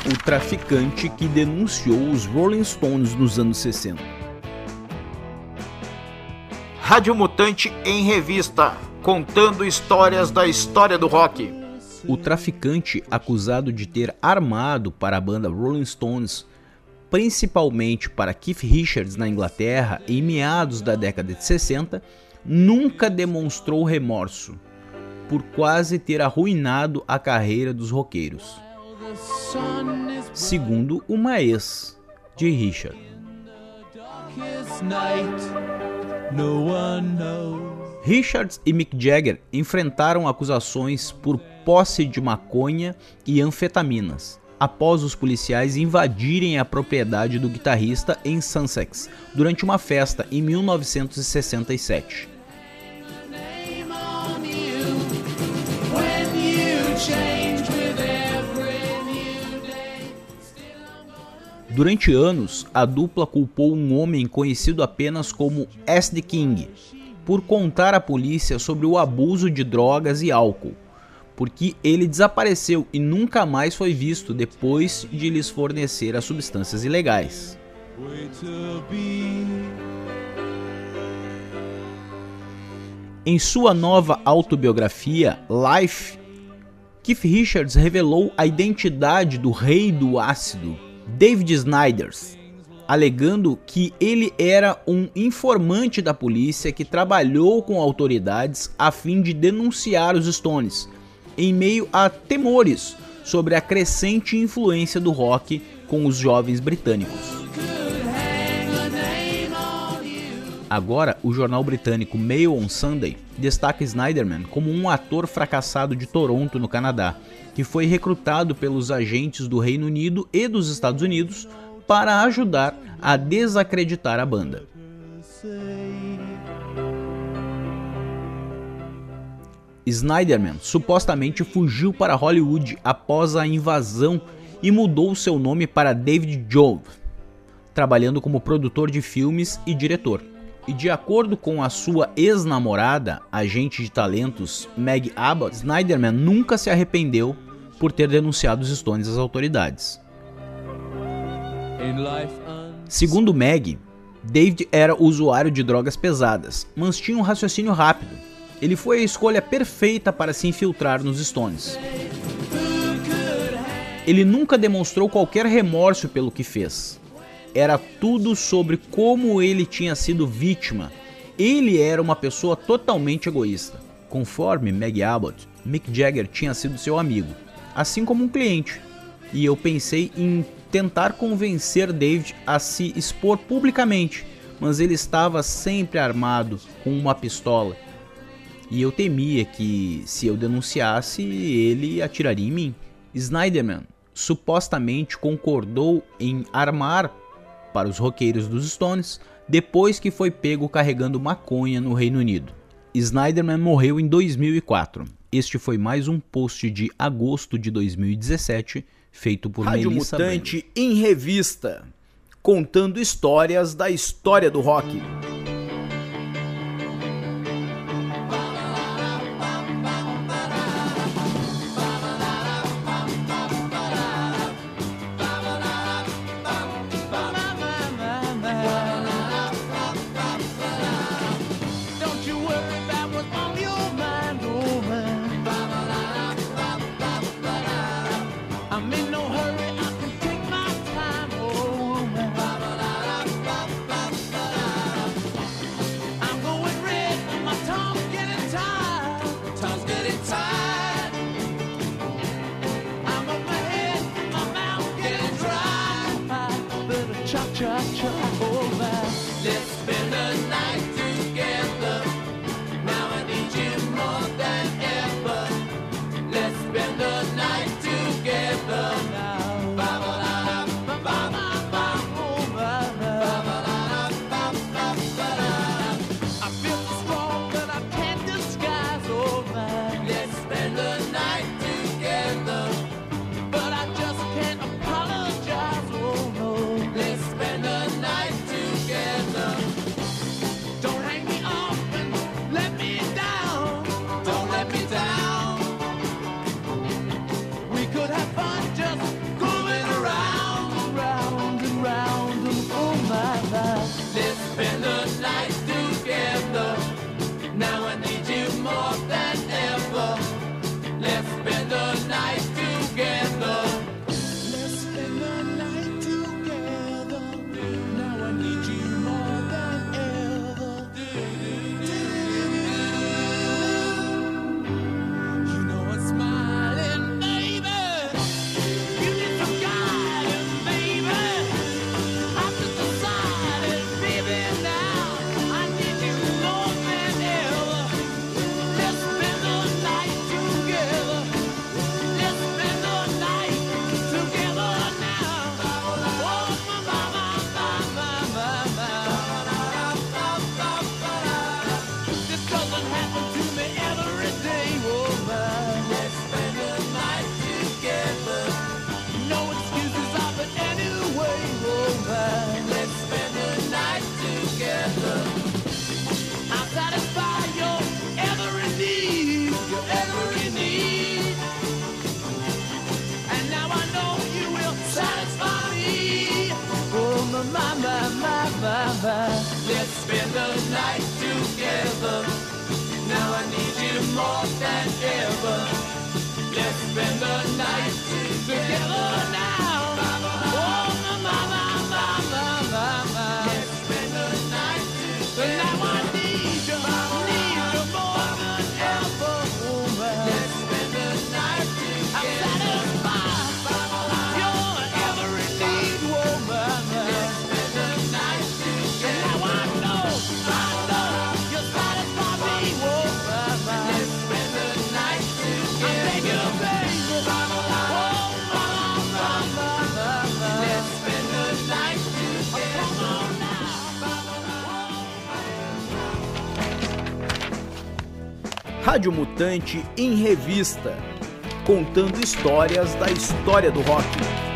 o traficante que denunciou os Rolling Stones nos anos 60. Rádio Mutante em Revista, contando histórias da história do rock. O traficante acusado de ter armado para a banda Rolling Stones, principalmente para Keith Richards na Inglaterra em meados da década de 60, nunca demonstrou remorso por quase ter arruinado a carreira dos roqueiros, segundo uma ex de Richard. Richards e Mick Jagger enfrentaram acusações por posse de maconha e anfetaminas, após os policiais invadirem a propriedade do guitarrista em Sussex durante uma festa em 1967. Durante anos, a dupla culpou um homem conhecido apenas como S.D. King por contar à polícia sobre o abuso de drogas e álcool, porque ele desapareceu e nunca mais foi visto depois de lhes fornecer as substâncias ilegais. Em sua nova autobiografia, Life, Keith Richards revelou a identidade do rei do ácido, David Snyders, alegando que ele era um informante da polícia que trabalhou com autoridades a fim de denunciar os Stones, em meio a temores sobre a crescente influência do rock com os jovens britânicos. Agora, o jornal britânico Mail on Sunday destaca Snyderman como um ator fracassado de Toronto, no Canadá, que foi recrutado pelos agentes do Reino Unido e dos Estados Unidos para ajudar a desacreditar a banda. Snyderman supostamente fugiu para Hollywood após a invasão e mudou seu nome para David Jove, trabalhando como produtor de filmes e diretor. E de acordo com a sua ex-namorada, agente de talentos Meg Abbott, Snyderman nunca se arrependeu por ter denunciado os Stones às autoridades. Segundo Meg, David era usuário de drogas pesadas, mas tinha um raciocínio rápido. Ele foi a escolha perfeita para se infiltrar nos Stones. Ele nunca demonstrou qualquer remorso pelo que fez. Era tudo sobre como ele tinha sido vítima. Ele era uma pessoa totalmente egoísta. Conforme Meg Abbott, Mick Jagger tinha sido seu amigo, assim como um cliente. E eu pensei em tentar convencer David a se expor publicamente, mas ele estava sempre armado com uma pistola. E eu temia que, se eu denunciasse, ele atiraria em mim. Snyderman supostamente concordou em armar para os roqueiros dos Stones depois que foi pego carregando maconha no Reino Unido. Snyderman morreu em 2004. Este foi mais um post de agosto de 2017, feito por Rádio Melissa Mutante Brando. em Revista, contando histórias da história do rock. the night together. Now I need you more than ever. Let's spend the night together now. Oh, ma. Let's spend the night together. Now I need you more than ever, woman. Let's spend the night together. I'm satisfied. You're every need, woman. Let's spend the night together. Now I know you satisfy me, woman. Let's spend the night together. I'm begging you, baby. Oh, mama. Let's spend the night together. Come on now. Rádio Mutante em Revista, contando histórias da história do rock.